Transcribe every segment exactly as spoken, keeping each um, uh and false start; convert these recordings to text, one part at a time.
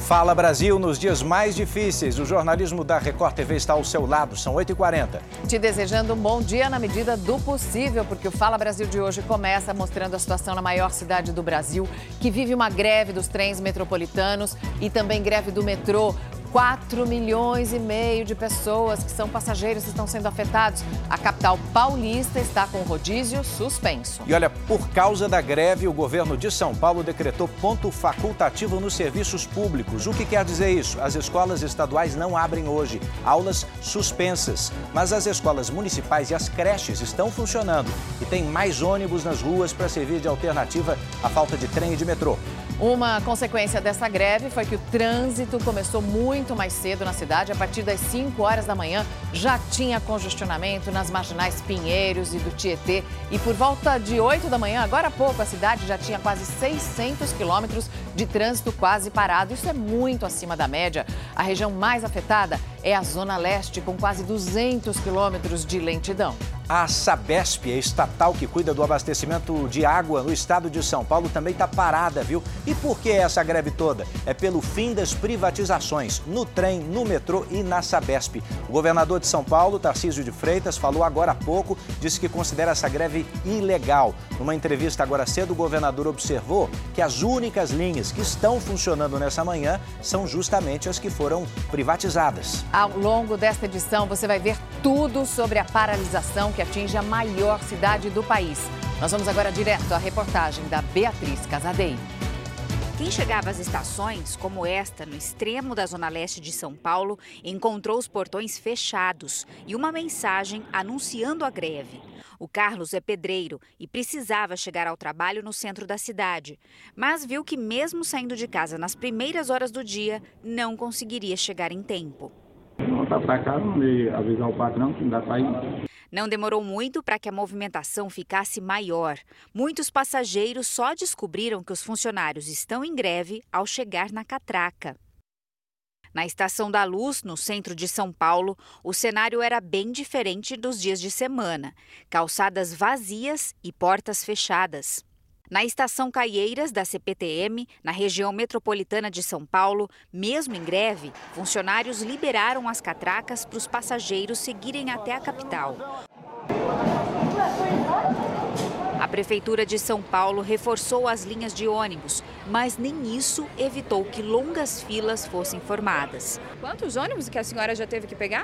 Fala Brasil, nos dias mais difíceis, o jornalismo da Record T V está ao seu lado, são oito e quarenta. Te desejando um bom dia na medida do possível, porque o Fala Brasil de hoje começa mostrando a situação na maior cidade do Brasil, que vive uma greve dos trens metropolitanos e também greve do metrô. quatro milhões e meio de pessoas que são passageiros estão sendo afetados. A capital paulista está com o rodízio suspenso. E olha, por causa da greve, o governo de São Paulo decretou ponto facultativo nos serviços públicos. O que quer dizer isso? As escolas estaduais não abrem hoje, aulas suspensas. Mas as escolas municipais e as creches estão funcionando. E tem mais ônibus nas ruas para servir de alternativa à falta de trem e de metrô. Uma consequência dessa greve foi que o trânsito começou muito mais cedo na cidade. A partir das cinco horas da manhã já tinha congestionamento nas marginais Pinheiros e do Tietê. E por volta de oito da manhã, agora há pouco, a cidade já tinha quase seiscentos quilômetros de trânsito quase parado. Isso é muito acima da média. A região mais afetada é a Zona Leste, com quase duzentos quilômetros de lentidão. A Sabesp, a estatal que cuida do abastecimento de água no estado de São Paulo, também está parada, viu? E por que essa greve toda? É pelo fim das privatizações no trem, no metrô e na Sabesp. O governador de São Paulo, Tarcísio de Freitas, falou agora há pouco, disse que considera essa greve ilegal. Numa entrevista agora cedo, o governador observou que as únicas linhas que estão funcionando nessa manhã são justamente as que foram privatizadas. Ao longo desta edição, você vai ver tudo sobre a paralisação que atinge a maior cidade do país. Nós vamos agora direto à reportagem da Beatriz Casadei. Quem chegava às estações, como esta, no extremo da Zona Leste de São Paulo, encontrou os portões fechados e uma mensagem anunciando a greve. O Carlos é pedreiro e precisava chegar ao trabalho no centro da cidade, mas viu que mesmo saindo de casa nas primeiras horas do dia, não conseguiria chegar em tempo. Voltar para casa e avisar o patrão que não dá para ir. Não demorou muito para que a movimentação ficasse maior. Muitos passageiros só descobriram que os funcionários estão em greve ao chegar na catraca. Na Estação da Luz, no centro de São Paulo, o cenário era bem diferente dos dias de semana. Calçadas vazias e portas fechadas. Na Estação Caieiras, da C P T M, na região metropolitana de São Paulo, mesmo em greve, funcionários liberaram as catracas para os passageiros seguirem até a capital. A Prefeitura de São Paulo reforçou as linhas de ônibus, mas nem isso evitou que longas filas fossem formadas. Quantos ônibus que a senhora já teve que pegar?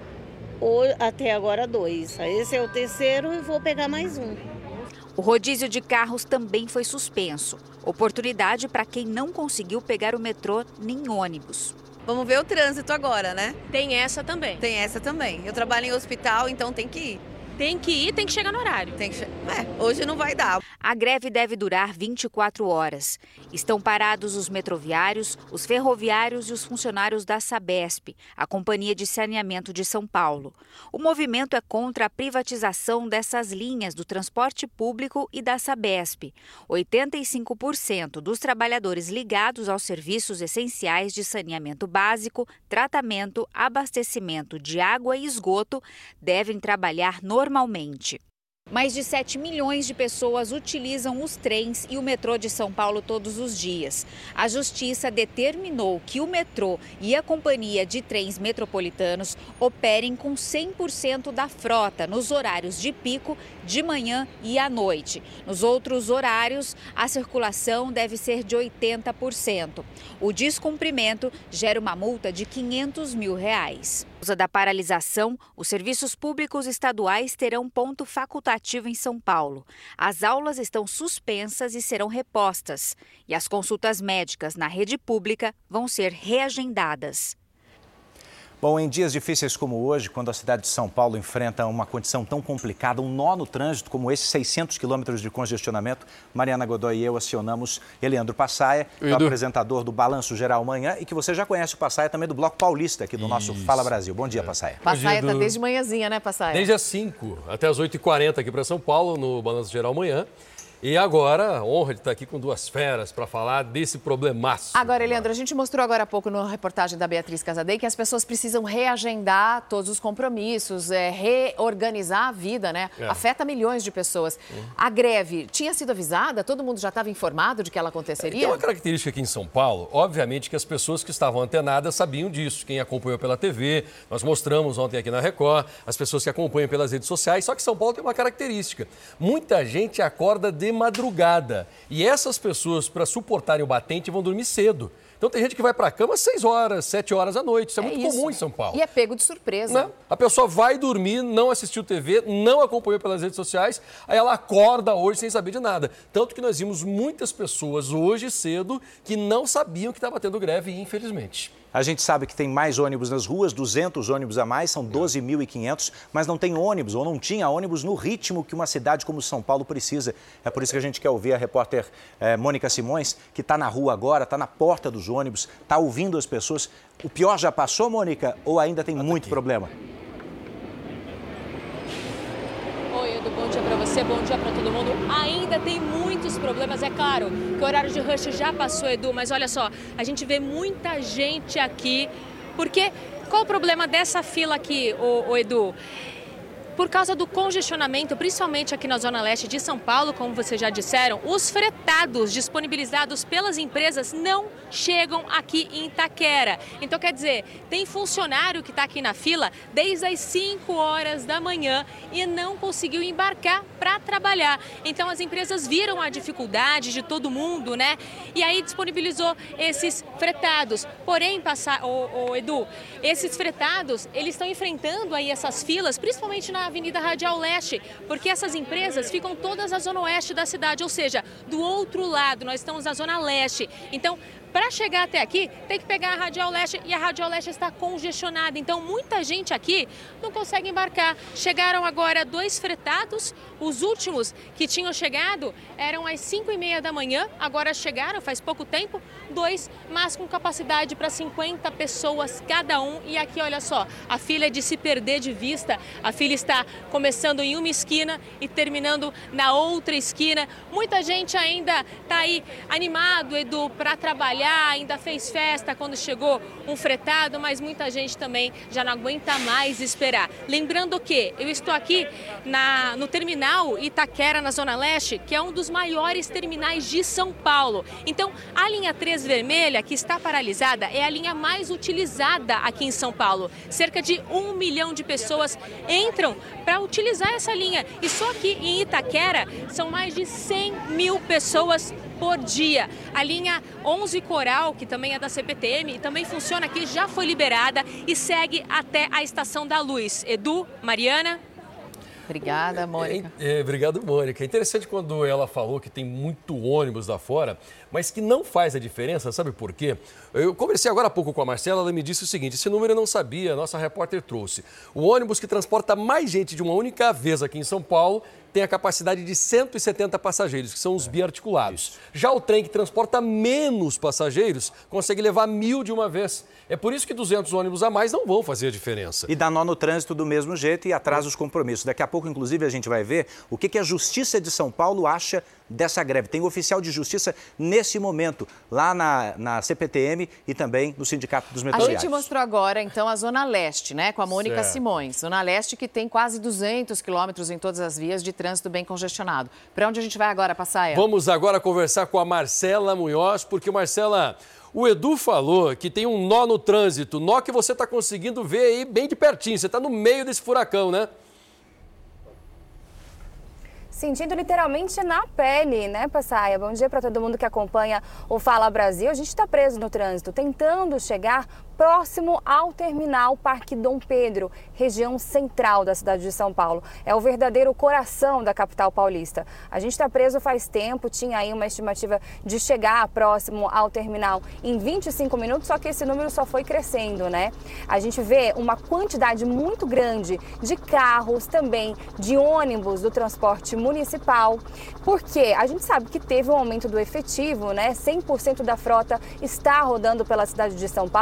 Até agora dois. Esse é o terceiro e vou pegar mais um. O rodízio de carros também foi suspenso. Oportunidade para quem não conseguiu pegar o metrô nem ônibus. Vamos ver o trânsito agora, né? Tem essa também. Tem essa também. Eu trabalho em hospital, então tem que ir. Tem que ir, tem que chegar no horário. Tem que che... É, hoje não vai dar. A greve deve durar vinte e quatro horas. Estão parados os metroviários, os ferroviários e os funcionários da Sabesp, a Companhia de Saneamento de São Paulo. O movimento é contra a privatização dessas linhas do transporte público e da Sabesp. oitenta e cinco por cento dos trabalhadores ligados aos serviços essenciais de saneamento básico, tratamento, abastecimento de água e esgoto devem trabalhar normalmente. Normalmente. Mais de sete milhões de pessoas utilizam os trens e o metrô de São Paulo todos os dias. A Justiça determinou que o metrô e a Companhia de Trens Metropolitanos operem com cem por cento da frota nos horários de pico, de manhã e à noite. Nos outros horários, a circulação deve ser de oitenta por cento. O descumprimento gera uma multa de quinhentos mil reais. Por causa da paralisação, os serviços públicos estaduais terão ponto facultativo em São Paulo. As aulas estão suspensas e serão repostas. E as consultas médicas na rede pública vão ser reagendadas. Bom, em dias difíceis como hoje, quando a cidade de São Paulo enfrenta uma condição tão complicada, um nó no trânsito como esse, seiscentos quilômetros de congestionamento, Mariana Godoy e eu acionamos Eleandro Passaia, que é o apresentador do Balanço Geral Manhã e que você já conhece o Passaia também do Bloco Paulista, aqui do nosso Isso. Fala Brasil. Bom dia, Passaia. Passaia está desde manhãzinha, né, Passaia? Desde as cinco até as oito e quarenta aqui para São Paulo, no Balanço Geral Manhã. E agora, a honra de estar aqui com duas feras para falar desse problemaço. Agora, Leandro, a gente mostrou agora há pouco na reportagem da Beatriz Casadei que as pessoas precisam reagendar todos os compromissos, é, reorganizar a vida, né? É. Afeta milhões de pessoas. Uhum. A greve tinha sido avisada? Todo mundo já estava informado de que ela aconteceria? Tem uma característica aqui em São Paulo, obviamente que as pessoas que estavam antenadas sabiam disso. Quem acompanhou pela T V, nós mostramos ontem aqui na Record, as pessoas que acompanham pelas redes sociais, só que São Paulo tem uma característica. Muita gente acorda de madrugada. E essas pessoas, para suportarem o batente, vão dormir cedo. Então tem gente que vai para a cama às seis horas, sete horas da noite. Isso é, é muito isso. comum em São Paulo. E é pego de surpresa. Né? A pessoa vai dormir, não assistiu T V, não acompanhou pelas redes sociais, aí ela acorda hoje sem saber de nada. Tanto que nós vimos muitas pessoas hoje cedo que não sabiam que estava tendo greve, infelizmente. A gente sabe que tem mais ônibus nas ruas, duzentos ônibus a mais, são doze mil e quinhentos, mas não tem ônibus ou não tinha ônibus no ritmo que uma cidade como São Paulo precisa. É por isso que a gente quer ouvir a repórter eh, Mônica Simões, que está na rua agora, está na porta dos ônibus, está ouvindo as pessoas. O pior já passou, Mônica, ou ainda tem muito problema? Oi, Edu, bom dia para você, bom dia para todo mundo. Ainda tem muitos problemas, é claro que o horário de rush já passou, Edu, mas olha só, a gente vê muita gente aqui, porque qual o problema dessa fila aqui, ô, ô Edu? Por causa do congestionamento, principalmente aqui na Zona Leste de São Paulo, como vocês já disseram, os fretados disponibilizados pelas empresas não chegam aqui em Itaquera. Então, quer dizer, tem funcionário que está aqui na fila desde as cinco horas da manhã e não conseguiu embarcar para trabalhar. Então, as empresas viram a dificuldade de todo mundo, né? E aí disponibilizou esses fretados. Porém, passar, ô, ô, Edu, esses fretados, eles estão enfrentando aí essas filas, principalmente na Avenida Radial Leste, porque essas empresas ficam todas na zona oeste da cidade, ou seja, do outro lado, nós estamos na zona leste. Então, para chegar até aqui, tem que pegar a Radial Leste e a Radial Leste está congestionada. Então, muita gente aqui não consegue embarcar. Chegaram agora dois fretados. Os últimos que tinham chegado eram às cinco e meia da manhã. Agora chegaram, faz pouco tempo, dois, mas com capacidade para cinquenta pessoas cada um. E aqui, olha só, a fila é de se perder de vista. A fila está começando em uma esquina e terminando na outra esquina. Muita gente ainda está aí animado, Edu, para trabalhar. Ainda fez festa quando chegou um fretado, mas muita gente também já não aguenta mais esperar. Lembrando que eu estou aqui na, no terminal Itaquera, na Zona Leste, que é um dos maiores terminais de São Paulo. Então, a linha três vermelha, que está paralisada, é a linha mais utilizada aqui em São Paulo. Cerca de um milhão de pessoas entram para utilizar essa linha. E só aqui em Itaquera são mais de cem mil pessoas por dia. A linha onze Coral, que também é da C P T M e também funciona aqui, já foi liberada e segue até a Estação da Luz. Edu, Mariana. Obrigada, Mônica. É, é, obrigado, Mônica. É interessante quando ela falou que tem muito ônibus lá fora, mas que não faz a diferença, sabe por quê? Eu conversei agora há pouco com a Marcela, ela me disse o seguinte, esse número eu não sabia, a nossa repórter trouxe. O ônibus que transporta mais gente de uma única vez aqui em São Paulo tem a capacidade de cento e setenta passageiros, que são os biarticulados. Já o trem que transporta menos passageiros consegue levar mil de uma vez. É por isso que duzentos ônibus a mais não vão fazer a diferença. E dá nó no trânsito do mesmo jeito e atrasa os compromissos. Daqui a pouco, inclusive, a gente vai ver o que, que a Justiça de São Paulo acha dessa greve. Tem um oficial de justiça nesse momento, lá na, na C P T M e também no Sindicato dos Metroviários. A gente mostrou agora, então, a Zona Leste, né, com a Mônica certo. Simões. Zona Leste que tem quase duzentos quilômetros em todas as vias de trânsito bem congestionado. Para onde a gente vai agora passar, ela? Vamos agora conversar com a Marcela Munhoz, porque, Marcela, o Edu falou que tem um nó no trânsito, nó que você está conseguindo ver aí bem de pertinho. Você está no meio desse furacão, né? Sentindo literalmente na pele, né, Passaia? Bom dia para todo mundo que acompanha o Fala Brasil. A gente está preso no trânsito, tentando chegar próximo ao terminal Parque Dom Pedro, região central da cidade de São Paulo. É o verdadeiro coração da capital paulista. A gente está preso faz tempo, tinha aí uma estimativa de chegar próximo ao terminal em vinte e cinco minutos, só que esse número só foi crescendo, né? A gente vê uma quantidade muito grande de carros, também de ônibus do transporte municipal, porque a gente sabe que teve um aumento do efetivo, né? cem por cento da frota está rodando pela cidade de São Paulo e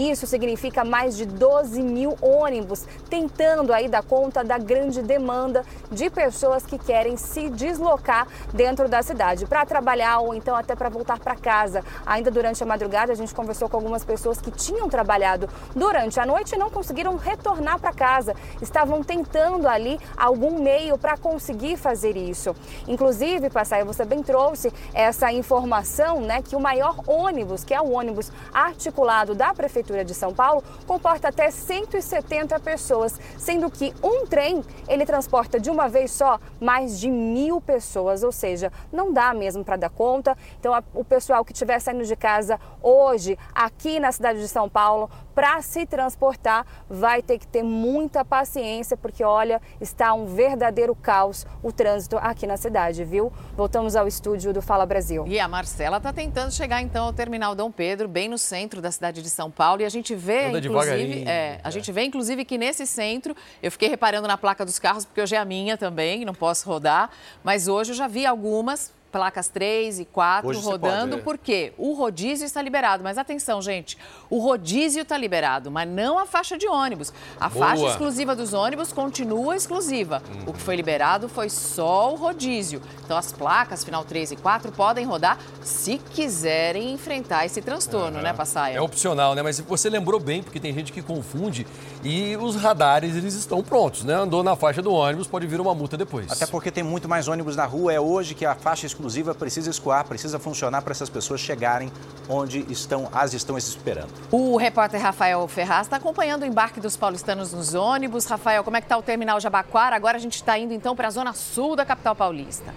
Isso significa mais de doze mil ônibus tentando aí dar conta da grande demanda de pessoas que querem se deslocar dentro da cidade para trabalhar ou então até para voltar para casa. Ainda durante a madrugada a gente conversou com algumas pessoas que tinham trabalhado durante a noite e não conseguiram retornar para casa. Estavam tentando ali algum meio para conseguir fazer isso. Inclusive, Passaia, você bem trouxe essa informação, né, que o maior ônibus, que é o ônibus articulado da Prefeitura de São Paulo, comporta até cento e setenta pessoas, sendo que um trem, ele transporta de uma vez só mais de mil pessoas, ou seja, não dá mesmo para dar conta. Então, a, o pessoal que estiver saindo de casa hoje, aqui na cidade de São Paulo, para se transportar, vai ter que ter muita paciência, porque, olha, está um verdadeiro caos o trânsito aqui na cidade, viu? Voltamos ao estúdio do Fala Brasil. E a Marcela está tentando chegar, então, ao Terminal Dom Pedro, bem no centro da cidade de São Paulo, e a gente vê, Anda inclusive, é, a é. gente vê, inclusive, que nesse centro, eu fiquei reparando na placa dos carros, porque hoje é a minha também, não posso rodar, mas hoje eu já vi algumas placas três e quatro Hoje rodando, pode, é. porque o rodízio está liberado. Mas atenção, gente, o rodízio está liberado, mas não a faixa de ônibus. A Boa. faixa exclusiva dos ônibus continua exclusiva. Uhum. O que foi liberado foi só o rodízio. Então as placas final três e quatro podem rodar se quiserem enfrentar esse transtorno, uhum. né, Passaia? É opcional, né? Mas você lembrou bem, porque tem gente que confunde e os radares, eles estão prontos, né? Andou na faixa do ônibus, pode vir uma multa depois. Até porque tem muito mais ônibus na rua. É hoje que a faixa exclusiva precisa escoar, precisa funcionar para essas pessoas chegarem onde estão, as estão esperando. O repórter Rafael Ferraz está acompanhando o embarque dos paulistanos nos ônibus. Rafael, como é que está o terminal Jabaquara? Agora a gente está indo então para a zona sul da capital paulista.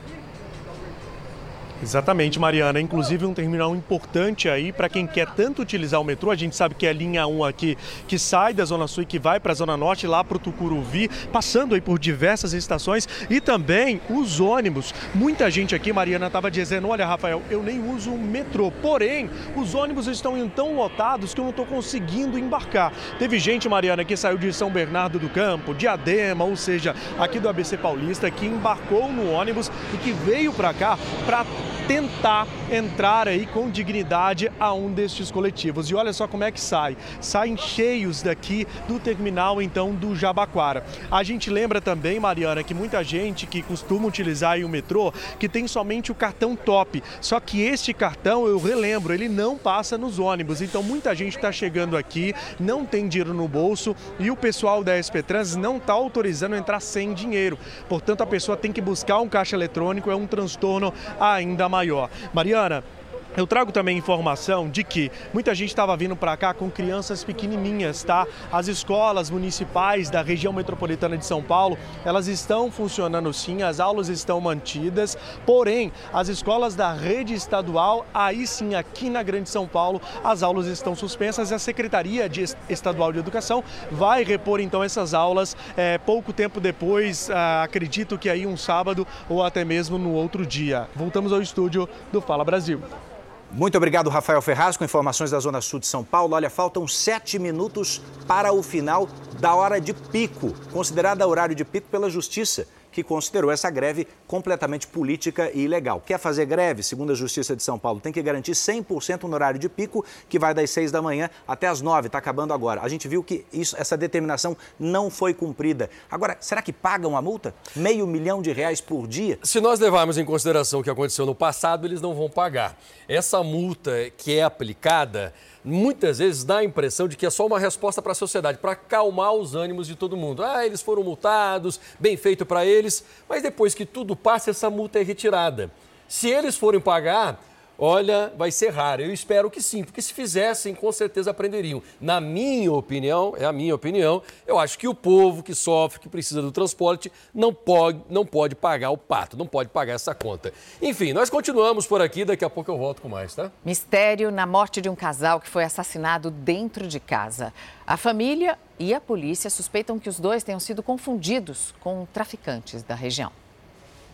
Exatamente, Mariana. Inclusive um terminal importante aí para quem quer tanto utilizar o metrô. A gente sabe que é a linha um aqui que sai da Zona Sul e que vai para a Zona Norte, lá para o Tucuruvi, passando aí por diversas estações e também os ônibus. Muita gente aqui, Mariana, estava dizendo, olha, Rafael, eu nem uso o metrô, porém, os ônibus estão tão lotados que eu não estou conseguindo embarcar. Teve gente, Mariana, que saiu de São Bernardo do Campo, Diadema, ou seja, aqui do A B C Paulista, que embarcou no ônibus e que veio para cá para tentar entrar aí com dignidade a um destes coletivos. E olha só como é que sai. Saem cheios daqui do terminal, então, do Jabaquara. A gente lembra também, Mariana, que muita gente que costuma utilizar aí o metrô, que tem somente o cartão top. Só que este cartão, eu relembro, ele não passa nos ônibus. Então, muita gente está chegando aqui, não tem dinheiro no bolso e o pessoal da S P Trans não está autorizando entrar sem dinheiro. Portanto, a pessoa tem que buscar um caixa eletrônico, é um transtorno ainda maior. Mariana, eu trago também informação de que muita gente estava vindo para cá com crianças pequenininhas, tá? As escolas municipais da região metropolitana de São Paulo, elas estão funcionando sim, as aulas estão mantidas, porém, as escolas da rede estadual, aí sim, aqui na Grande São Paulo, as aulas estão suspensas e a Secretaria de Estadual de Educação vai repor então essas aulas é, pouco tempo depois, ah, acredito que aí um sábado ou até mesmo no outro dia. Voltamos ao estúdio do Fala Brasil. Muito obrigado, Rafael Ferraz, com informações da Zona Sul de São Paulo. Olha, faltam sete minutos para o final da hora de pico, considerada horário de pico pela Justiça, que considerou essa greve completamente política e ilegal. Quer fazer greve? Segundo a Justiça de São Paulo, tem que garantir cem por cento no horário de pico, que vai das seis da manhã até as nove, está acabando agora. A gente viu que isso, essa determinação não foi cumprida. Agora, será que pagam a multa? Meio milhão de reais por dia? Se nós levarmos em consideração o que aconteceu no passado, eles não vão pagar. Essa multa que é aplicada, muitas vezes dá a impressão de que é só uma resposta para a sociedade, para acalmar os ânimos de todo mundo. Ah, eles foram multados, bem feito para eles, mas depois que tudo passa, essa multa é retirada. Se eles forem pagar, olha, vai ser raro. Eu espero que sim, porque se fizessem, com certeza aprenderiam. Na minha opinião, é a minha opinião, eu acho que o povo que sofre, que precisa do transporte, não pode, não pode pagar o pato, não pode pagar essa conta. Enfim, nós continuamos por aqui, daqui a pouco eu volto com mais, tá? Mistério na morte de um casal que foi assassinado dentro de casa. A família e a polícia suspeitam que os dois tenham sido confundidos com traficantes da região.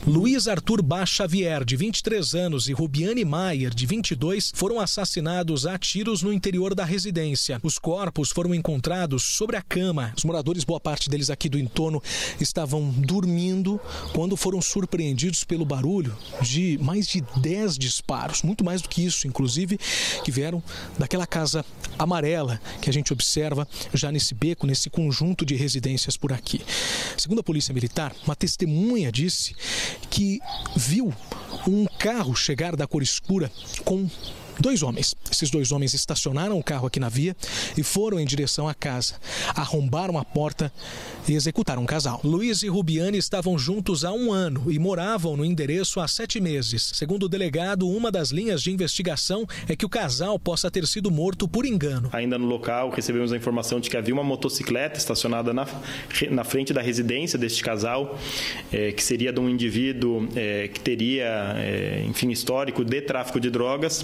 Luiz Arthur Bach Xavier, de vinte e três anos, e Rubiane Maier, de vinte e dois, foram assassinados a tiros no interior da residência. Os corpos foram encontrados sobre a cama. Os moradores, boa parte deles aqui do entorno, estavam dormindo quando foram surpreendidos pelo barulho de mais de dez disparos, muito mais do que isso, inclusive, que vieram daquela casa amarela que a gente observa já nesse beco, nesse conjunto de residências por aqui. Segundo a Polícia Militar, uma testemunha disse que viu um carro chegar da cor escura com dois homens. Esses dois homens estacionaram o carro aqui na via e foram em direção à casa. Arrombaram a porta e executaram um casal. Luiz e Rubiane estavam juntos há um ano e moravam no endereço há sete meses. Segundo o delegado, uma das linhas de investigação é que o casal possa ter sido morto por engano. Ainda no local, recebemos a informação de que havia uma motocicleta estacionada na, na frente da residência deste casal, é, que seria de um indivíduo é, que teria, é, enfim, histórico de tráfico de drogas,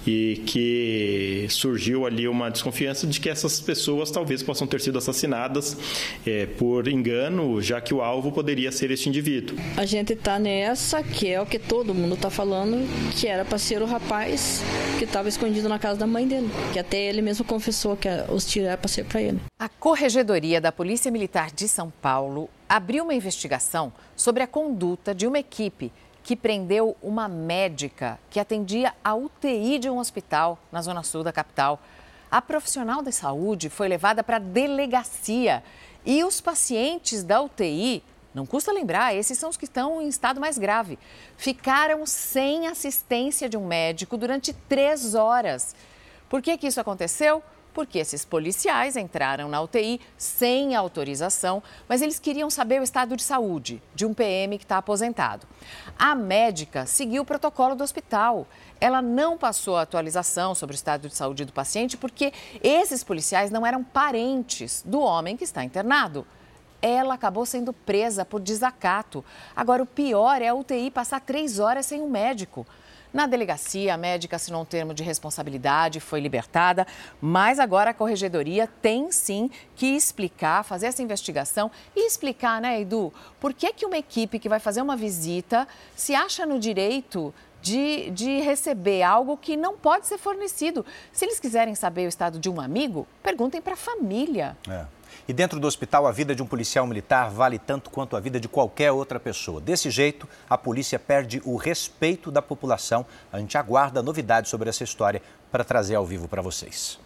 e que surgiu ali uma desconfiança de que essas pessoas talvez possam ter sido assassinadas é, por engano, já que o alvo poderia ser este indivíduo. A gente está nessa, que é o que todo mundo está falando, que era para ser o rapaz que estava escondido na casa da mãe dele, que até ele mesmo confessou que os tiros eram para ser para ele. A Corregedoria da Polícia Militar de São Paulo abriu uma investigação sobre a conduta de uma equipe que prendeu uma médica que atendia a U T I de um hospital na zona sul da capital. A profissional de saúde foi levada para a delegacia e os pacientes da U T I, não custa lembrar, esses são os que estão em estado mais grave, ficaram sem assistência de um médico durante três horas. Por que que isso aconteceu? Porque esses policiais entraram na U T I sem autorização, mas eles queriam saber o estado de saúde de um P M que está aposentado. A médica seguiu o protocolo do hospital. Ela não passou a atualização sobre o estado de saúde do paciente porque esses policiais não eram parentes do homem que está internado. Ela acabou sendo presa por desacato. Agora, o pior é a U T I passar três horas sem um médico. Na delegacia, a médica assinou um termo de responsabilidade e foi libertada, mas agora a Corregedoria tem sim que explicar, fazer essa investigação e explicar, né, Edu, por que que uma equipe que vai fazer uma visita se acha no direito de, de receber algo que não pode ser fornecido. Se eles quiserem saber o estado de um amigo, perguntem para a família. É. E dentro do hospital, a vida de um policial militar vale tanto quanto a vida de qualquer outra pessoa. Desse jeito, a polícia perde o respeito da população. A gente aguarda novidades sobre essa história para trazer ao vivo para vocês.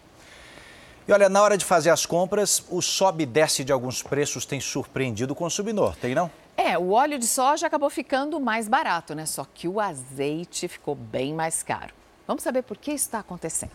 E olha, na hora de fazer as compras, o sobe e desce de alguns preços tem surpreendido o consumidor, tem não? É, o óleo de soja acabou ficando mais barato, né? Só que o azeite ficou bem mais caro. Vamos saber por que isso está acontecendo.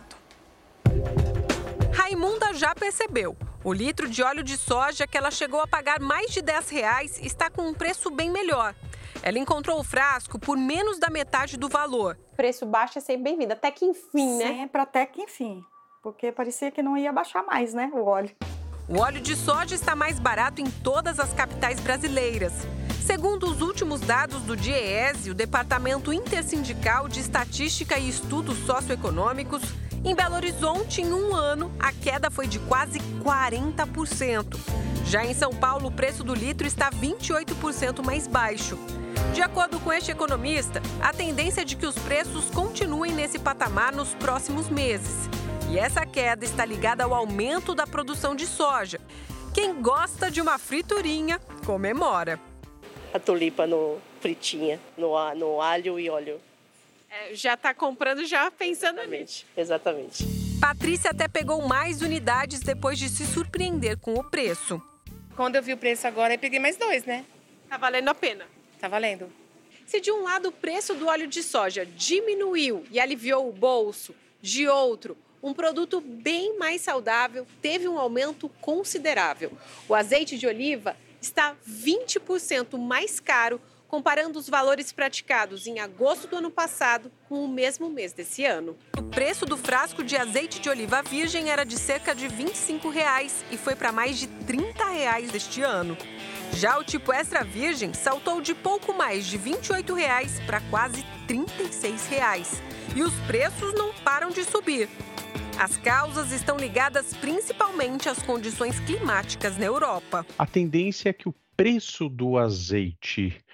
Raimunda já percebeu. O litro de óleo de soja que ela chegou a pagar mais de dez reais está com um preço bem melhor. Ela encontrou o frasco por menos da metade do valor. Preço baixo é sempre bem-vindo, até que enfim, né? Sempre até que enfim, porque parecia que não ia baixar mais, né, o óleo. O óleo de soja está mais barato em todas as capitais brasileiras. Segundo os últimos dados do DIEESE, o Departamento Intersindical de Estatística e Estudos Socioeconômicos, em Belo Horizonte, em um ano, a queda foi de quase quarenta por cento. Já em São Paulo, o preço do litro está vinte e oito por cento mais baixo. De acordo com este economista, a tendência é de que os preços continuem nesse patamar nos próximos meses. E essa queda está ligada ao aumento da produção de soja. Quem gosta de uma friturinha, comemora. A tulipa no fritinha, no, no alho e óleo. É, já está comprando, já pensando nisso. Exatamente. Patrícia até pegou mais unidades depois de se surpreender com o preço. Quando eu vi o preço agora, eu peguei mais dois, né? Tá valendo a pena. Tá valendo. Se de um lado o preço do óleo de soja diminuiu e aliviou o bolso, de outro, um produto bem mais saudável teve um aumento considerável. O azeite de oliva está vinte por cento mais caro comparando os valores praticados em agosto do ano passado com o mesmo mês desse ano. O preço do frasco de azeite de oliva virgem era de cerca de vinte e cinco reais e foi para mais de trinta reais deste ano. Já o tipo extra virgem saltou de pouco mais de vinte e oito reais para quase trinta e seis reais. E os preços não param de subir. As causas estão ligadas principalmente às condições climáticas na Europa. A tendência é que o preço do azeite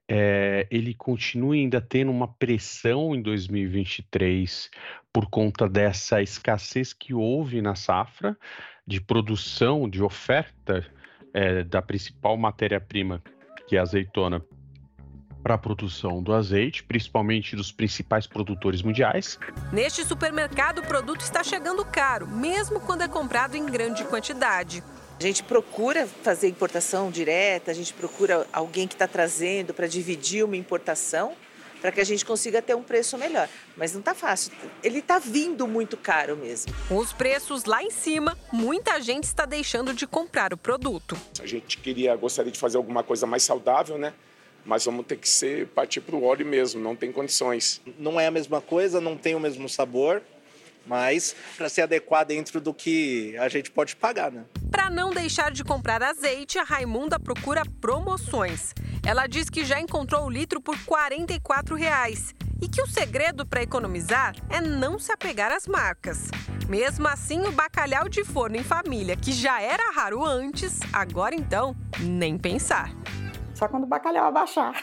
é, ele continue ainda tendo uma pressão em dois mil e vinte e três por conta dessa escassez que houve na safra de produção, de oferta é, da principal matéria-prima, que é a azeitona, para a produção do azeite, principalmente dos principais produtores mundiais. Neste supermercado, o produto está chegando caro, mesmo quando é comprado em grande quantidade. A gente procura fazer importação direta, a gente procura alguém que está trazendo para dividir uma importação, para que a gente consiga ter um preço melhor. Mas não está fácil, ele está vindo muito caro mesmo. Com os preços lá em cima, muita gente está deixando de comprar o produto. A gente queria, gostaria de fazer alguma coisa mais saudável, né? Mas vamos ter que ser, partir para o óleo mesmo, não tem condições. Não é a mesma coisa, não tem o mesmo sabor, mas para se adequar dentro do que a gente pode pagar, né? Para não deixar de comprar azeite, a Raimunda procura promoções. Ela diz que já encontrou o litro por quarenta e quatro reais e que o segredo para economizar é não se apegar às marcas. Mesmo assim, o bacalhau de forno em família, que já era raro antes, agora então, nem pensar. Só quando o bacalhau abaixar.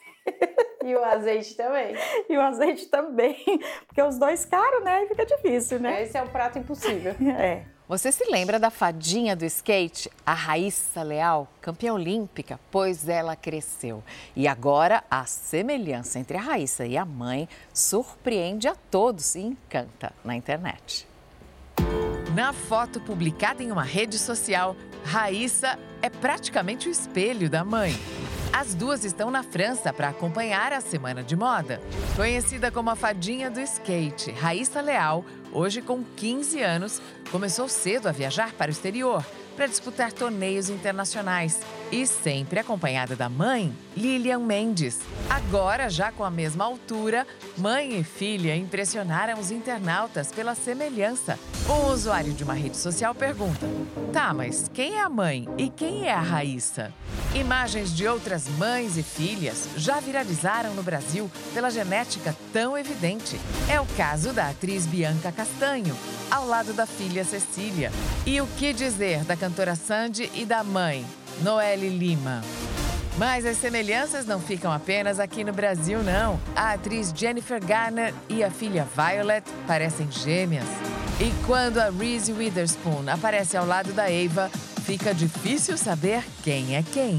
E o azeite também. E o azeite também. Porque os dois caros, né? E fica difícil, né? Esse é um prato impossível. É. Você se lembra da fadinha do skate, a Raíssa Leal, campeã olímpica? Pois ela cresceu. E agora a semelhança entre a Raíssa e a mãe surpreende a todos e encanta na internet. Na foto publicada em uma rede social, Raíssa é praticamente o espelho da mãe. As duas estão na França para acompanhar a Semana de Moda. Conhecida como a fadinha do skate, Raíssa Leal, hoje com quinze anos, começou cedo a viajar para o exterior para disputar torneios internacionais e sempre acompanhada da mãe, Lilian Mendes. Agora, já com a mesma altura, mãe e filha impressionaram os internautas pela semelhança. Um usuário de uma rede social pergunta: tá, mas quem é a mãe e quem é a Raíssa? Imagens de outras mães e filhas já viralizaram no Brasil pela genética tão evidente. É o caso da atriz Bianca Castanho, ao lado da filha Cecília. E o que dizer da cantora Sandy e da mãe, Noelle Lima? Mas as semelhanças não ficam apenas aqui no Brasil, não. A atriz Jennifer Garner e a filha Violet parecem gêmeas. E quando a Reese Witherspoon aparece ao lado da Ava, fica difícil saber quem é quem.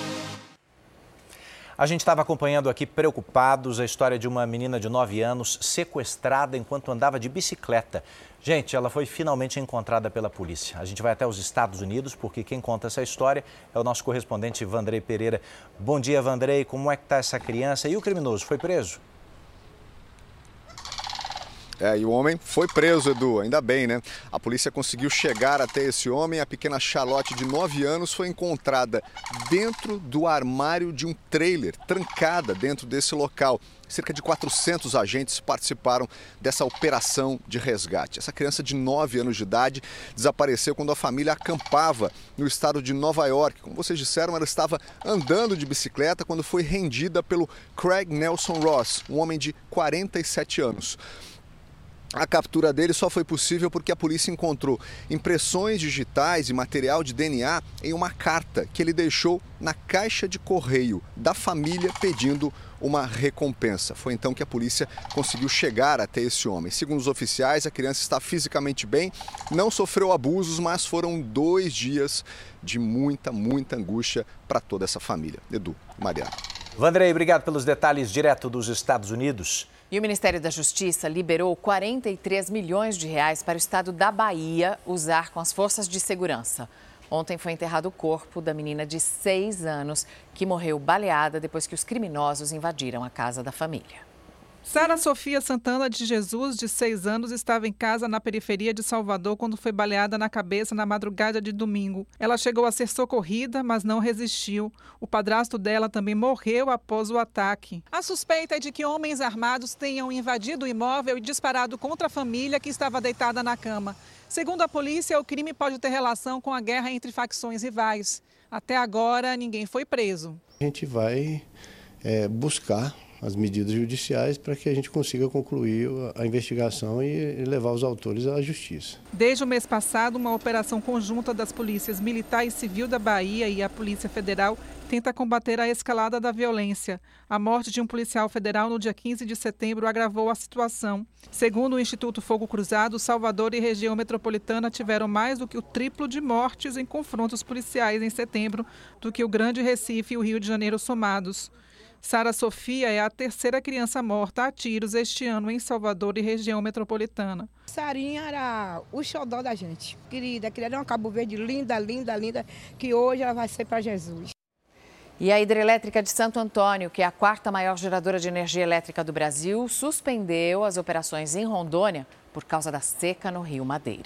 A gente estava acompanhando aqui, preocupados, a história de uma menina de nove anos sequestrada enquanto andava de bicicleta. Gente, ela foi finalmente encontrada pela polícia. A gente vai até os Estados Unidos, porque quem conta essa história é o nosso correspondente Vandrei Pereira. Bom dia, Vandrei. Como é que está essa criança? E o criminoso foi preso? É, e o homem foi preso, Edu, ainda bem, né? A polícia conseguiu chegar até esse homem. A pequena Charlotte, de nove anos, foi encontrada dentro do armário de um trailer, trancada dentro desse local. Cerca de quatrocentos agentes participaram dessa operação de resgate. Essa criança de nove anos de idade desapareceu quando a família acampava no estado de Nova York. Como vocês disseram, ela estava andando de bicicleta quando foi rendida pelo Craig Nelson Ross, um homem de quarenta e sete anos. A captura dele só foi possível porque a polícia encontrou impressões digitais e material de D N A em uma carta que ele deixou na caixa de correio da família pedindo uma recompensa. Foi então que a polícia conseguiu chegar até esse homem. Segundo os oficiais, a criança está fisicamente bem, não sofreu abusos, mas foram dois dias de muita, muita angústia para toda essa família. Edu, Mariana. Vandrei, obrigado pelos detalhes direto dos Estados Unidos. E o Ministério da Justiça liberou quarenta e três milhões de reais para o estado da Bahia usar com as forças de segurança. Ontem foi enterrado o corpo da menina de seis anos que morreu baleada depois que os criminosos invadiram a casa da família. Sara Sofia Santana de Jesus, de seis anos, estava em casa na periferia de Salvador quando foi baleada na cabeça na madrugada de domingo. Ela chegou a ser socorrida, mas não resistiu. O padrasto dela também morreu após o ataque. A suspeita é de que homens armados tenham invadido o imóvel e disparado contra a família que estava deitada na cama. Segundo a polícia, o crime pode ter relação com a guerra entre facções rivais. Até agora, ninguém foi preso. A gente vai é, buscar as medidas judiciais para que a gente consiga concluir a investigação e levar os autores à justiça. Desde o mês passado, uma operação conjunta das polícias militar e civil da Bahia e a Polícia Federal tenta combater a escalada da violência. A morte de um policial federal no dia quinze de setembro agravou a situação. Segundo o Instituto Fogo Cruzado, Salvador e região metropolitana tiveram mais do que o triplo de mortes em confrontos policiais em setembro do que o Grande Recife e o Rio de Janeiro somados. Sara Sofia é a terceira criança morta a tiros este ano em Salvador e região metropolitana. Sarinha era o xodó da gente. Querida, querida, uma Cabo Verde linda, linda, linda, que hoje ela vai ser para Jesus. E a Hidrelétrica de Santo Antônio, que é a quarta maior geradora de energia elétrica do Brasil, suspendeu as operações em Rondônia por causa da seca no Rio Madeira.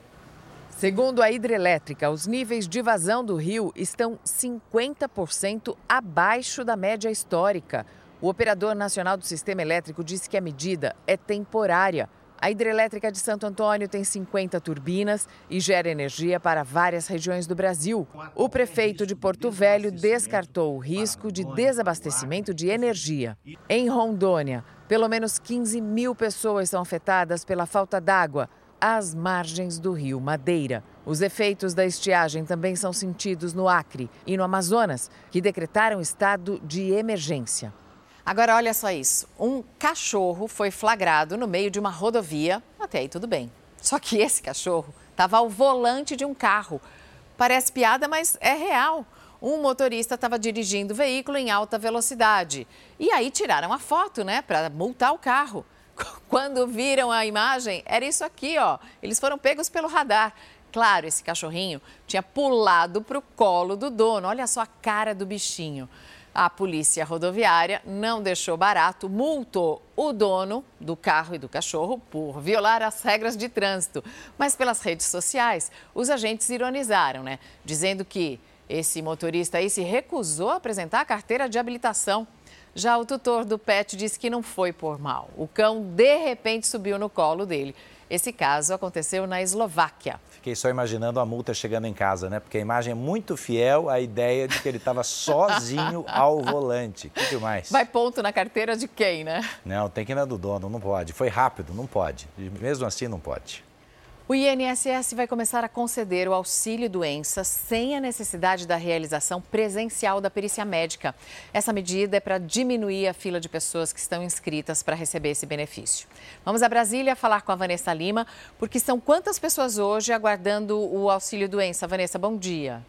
Segundo a Hidrelétrica, os níveis de vazão do rio estão cinquenta por cento abaixo da média histórica. O operador nacional do sistema elétrico disse que a medida é temporária. A Hidrelétrica de Santo Antônio tem cinquenta turbinas e gera energia para várias regiões do Brasil. O prefeito de Porto Velho descartou o risco de desabastecimento de energia. Em Rondônia, pelo menos quinze mil pessoas são afetadas pela falta d'água às margens do Rio Madeira. Os efeitos da estiagem também são sentidos no Acre e no Amazonas, que decretaram estado de emergência. Agora, olha só isso. Um cachorro foi flagrado no meio de uma rodovia. Até aí tudo bem. Só que esse cachorro estava ao volante de um carro. Parece piada, mas é real. Um motorista estava dirigindo o veículo em alta velocidade. E aí tiraram a foto, né, para multar o carro. Quando viram a imagem, era isso aqui, ó. Eles foram pegos pelo radar. Claro, esse cachorrinho tinha pulado para o colo do dono. Olha só a cara do bichinho. A polícia rodoviária não deixou barato, multou o dono do carro e do cachorro por violar as regras de trânsito. Mas pelas redes sociais, os agentes ironizaram, né? Dizendo que esse motorista aí se recusou a apresentar a carteira de habilitação. Já o tutor do pet disse que não foi por mal. O cão, de repente, subiu no colo dele. Esse caso aconteceu na Eslováquia. Fiquei só imaginando a multa chegando em casa, né? Porque a imagem é muito fiel à ideia de que ele estava sozinho ao volante. Que demais. Vai ponto na carteira de quem, né? Não, tem que ir na do dono, não pode. Foi rápido, não pode. Mesmo assim, não pode. O I N S S vai começar a conceder o auxílio-doença sem a necessidade da realização presencial da perícia médica. Essa medida é para diminuir a fila de pessoas que estão inscritas para receber esse benefício. Vamos a Brasília falar com a Vanessa Lima, porque são quantas pessoas hoje aguardando o auxílio-doença? Vanessa, bom dia.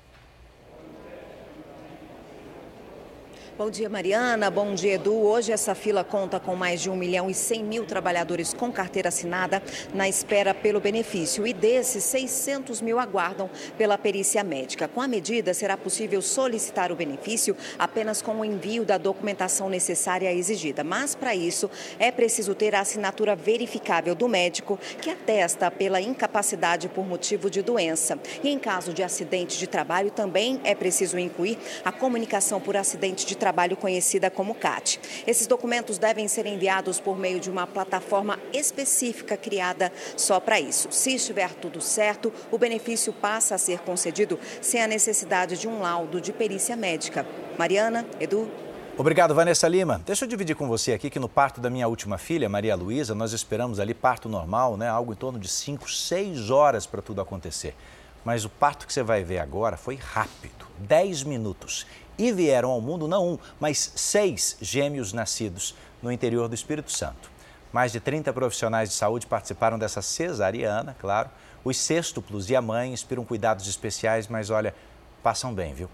Bom dia, Mariana. Bom dia, Edu. Hoje essa fila conta com mais de um milhão e cem mil trabalhadores com carteira assinada na espera pelo benefício. E desses, seiscentos mil aguardam pela perícia médica. Com a medida, será possível solicitar o benefício apenas com o envio da documentação necessária exigida. Mas, para isso, é preciso ter a assinatura verificável do médico que atesta pela incapacidade por motivo de doença. E em caso de acidente de trabalho, também é preciso incluir a comunicação por acidente de trabalho. trabalho conhecida como C A T. Esses documentos devem ser enviados por meio de uma plataforma específica criada só para isso. Se estiver tudo certo, o benefício passa a ser concedido sem a necessidade de um laudo de perícia médica. Mariana, Edu. Obrigado, Vanessa Lima. Deixa eu dividir com você aqui que no parto da minha última filha, Maria Luísa, nós esperamos ali parto normal, né? Algo em torno de cinco, seis horas para tudo acontecer. Mas o parto que você vai ver agora foi rápido, dez minutos. E vieram ao mundo não um, mas seis gêmeos nascidos no interior do Espírito Santo. Mais de trinta profissionais de saúde participaram dessa cesariana, claro. Os sextuplos e a mãe inspiram cuidados especiais, mas olha, passam bem, viu?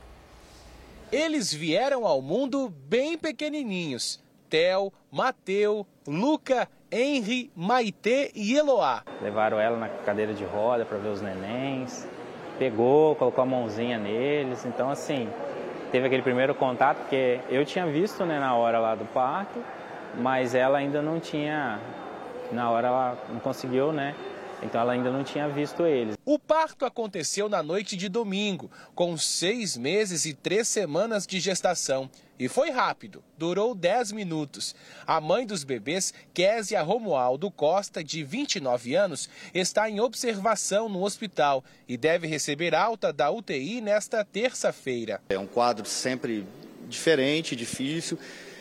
Eles vieram ao mundo bem pequenininhos. Theo, Mateu, Luca, Henry, Maitê e Eloá. Levaram ela na cadeira de roda para ver os nenéns. Pegou, colocou a mãozinha neles. Então, assim, teve aquele primeiro contato, porque eu tinha visto, né, na hora lá do parto, mas ela ainda não tinha, na hora ela não conseguiu, né? Então ela ainda não tinha visto eles. O parto aconteceu na noite de domingo, com seis meses e três semanas de gestação. E foi rápido, durou dez minutos. A mãe dos bebês, Késia Romualdo Costa, de vinte e nove anos, está em observação no hospital e deve receber alta da U T I nesta terça-feira. É um quadro sempre diferente, difícil.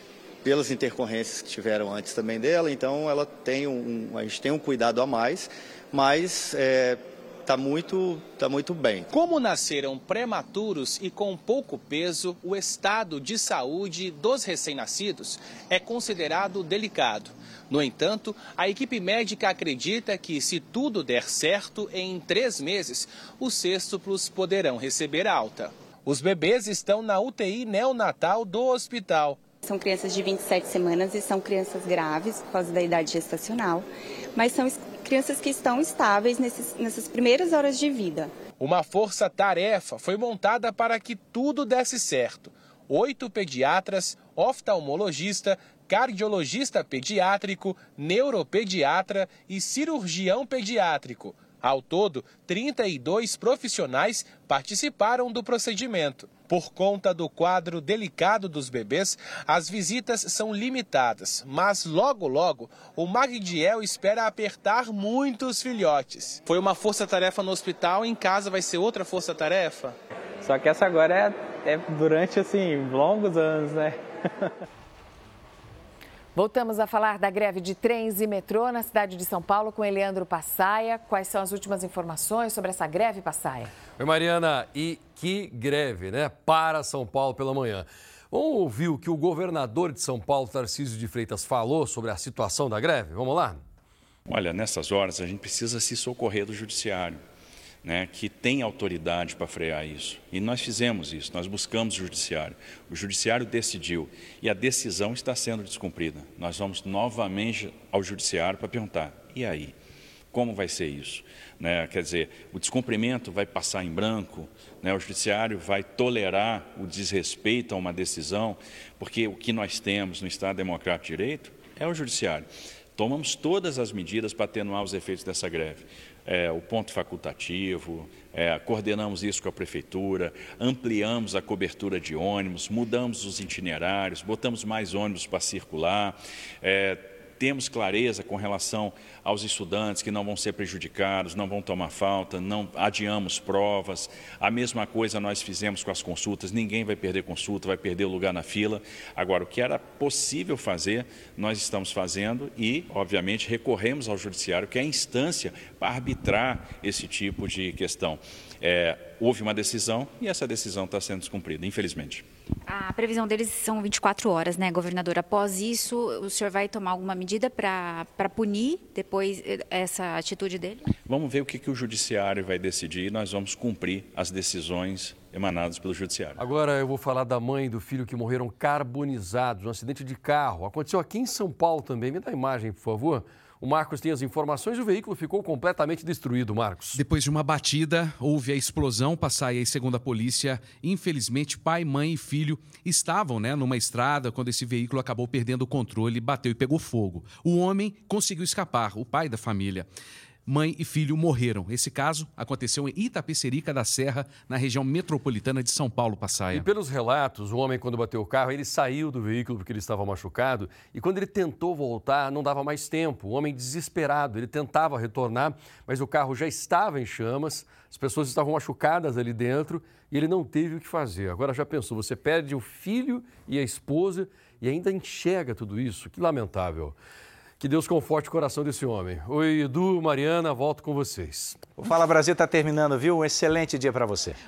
pelas intercorrências que tiveram antes também dela, então ela tem um, a gente tem um cuidado a mais, mas é, tá muito, tá muito bem. Como nasceram prematuros e com pouco peso, o estado de saúde dos recém-nascidos é considerado delicado. No entanto, a equipe médica acredita que, se tudo der certo, em três meses, os sextuplos poderão receber alta. Os bebês estão na U T I neonatal do hospital. São crianças de vinte e sete semanas e são crianças graves por causa da idade gestacional, mas são crianças que estão estáveis nesses, nessas primeiras horas de vida. Uma força-tarefa foi montada para que tudo desse certo. Oito pediatras, oftalmologista, cardiologista pediátrico, neuropediatra e cirurgião pediátrico. Ao todo, trinta e dois profissionais participaram do procedimento. Por conta do quadro delicado dos bebês, as visitas são limitadas, mas logo, logo, o Magdiel espera apertar muitos filhotes. Foi uma força-tarefa no hospital, em casa vai ser outra força-tarefa? Só que essa agora é, é durante, assim, longos anos, né? Voltamos a falar da greve de trens e metrô na cidade de São Paulo com Eleandro Passaia. Quais são as últimas informações sobre essa greve, Passaia? Oi, Mariana. E que greve, né? Para São Paulo pela manhã. Vamos ouvir o que o governador de São Paulo, Tarcísio de Freitas, falou sobre a situação da greve? Vamos lá? Olha, nessas horas a gente precisa se socorrer do judiciário, né, que tem autoridade para frear isso. E nós fizemos isso, nós buscamos o judiciário. O judiciário decidiu e a decisão está sendo descumprida. Nós vamos novamente ao judiciário para perguntar, e aí? Como vai ser isso? Né, quer dizer, o descumprimento vai passar em branco, né, o judiciário vai tolerar o desrespeito a uma decisão, porque o que nós temos no Estado Democrático de Direito é o judiciário. Tomamos todas as medidas para atenuar os efeitos dessa greve. É, o ponto facultativo, é, coordenamos isso com a prefeitura, ampliamos a cobertura de ônibus, mudamos os itinerários, botamos mais ônibus para circular, é, temos clareza com relação aos estudantes que não vão ser prejudicados, não vão tomar falta, não adiamos provas. A mesma coisa nós fizemos com as consultas, ninguém vai perder consulta, vai perder o lugar na fila. Agora, o que era possível fazer, nós estamos fazendo e, obviamente, recorremos ao judiciário, que é a instância para arbitrar esse tipo de questão. É, houve uma decisão e essa decisão está sendo descumprida, infelizmente. A previsão deles são vinte e quatro horas, né, governador? Após isso, o senhor vai tomar alguma medida para para punir depois essa atitude dele? Vamos ver o que, que o judiciário vai decidir e nós vamos cumprir as decisões emanadas pelo judiciário. Agora eu vou falar da mãe e do filho que morreram carbonizados num acidente de carro. Aconteceu aqui em São Paulo também. Me dá a imagem, por favor. O Marcos tem as informações e o veículo ficou completamente destruído, Marcos. Depois de uma batida, houve a explosão, Passaia, e segundo a polícia, infelizmente, pai, mãe e filho estavam, né, numa estrada quando esse veículo acabou perdendo o controle, bateu e pegou fogo. O homem conseguiu escapar, o pai da família. Mãe e filho morreram. Esse caso aconteceu em Itapecerica da Serra, na região metropolitana de São Paulo, Passaia. E pelos relatos, o homem, quando bateu o carro, ele saiu do veículo porque ele estava machucado e quando ele tentou voltar, não dava mais tempo. O homem desesperado, ele tentava retornar, mas o carro já estava em chamas, as pessoas estavam machucadas ali dentro e ele não teve o que fazer. Agora já pensou, você perde o filho e a esposa e ainda enxerga tudo isso? Que lamentável. Que Deus conforte o coração desse homem. Oi, Edu, Mariana, volto com vocês. O Fala Brasil está terminando, viu? Um excelente dia para você.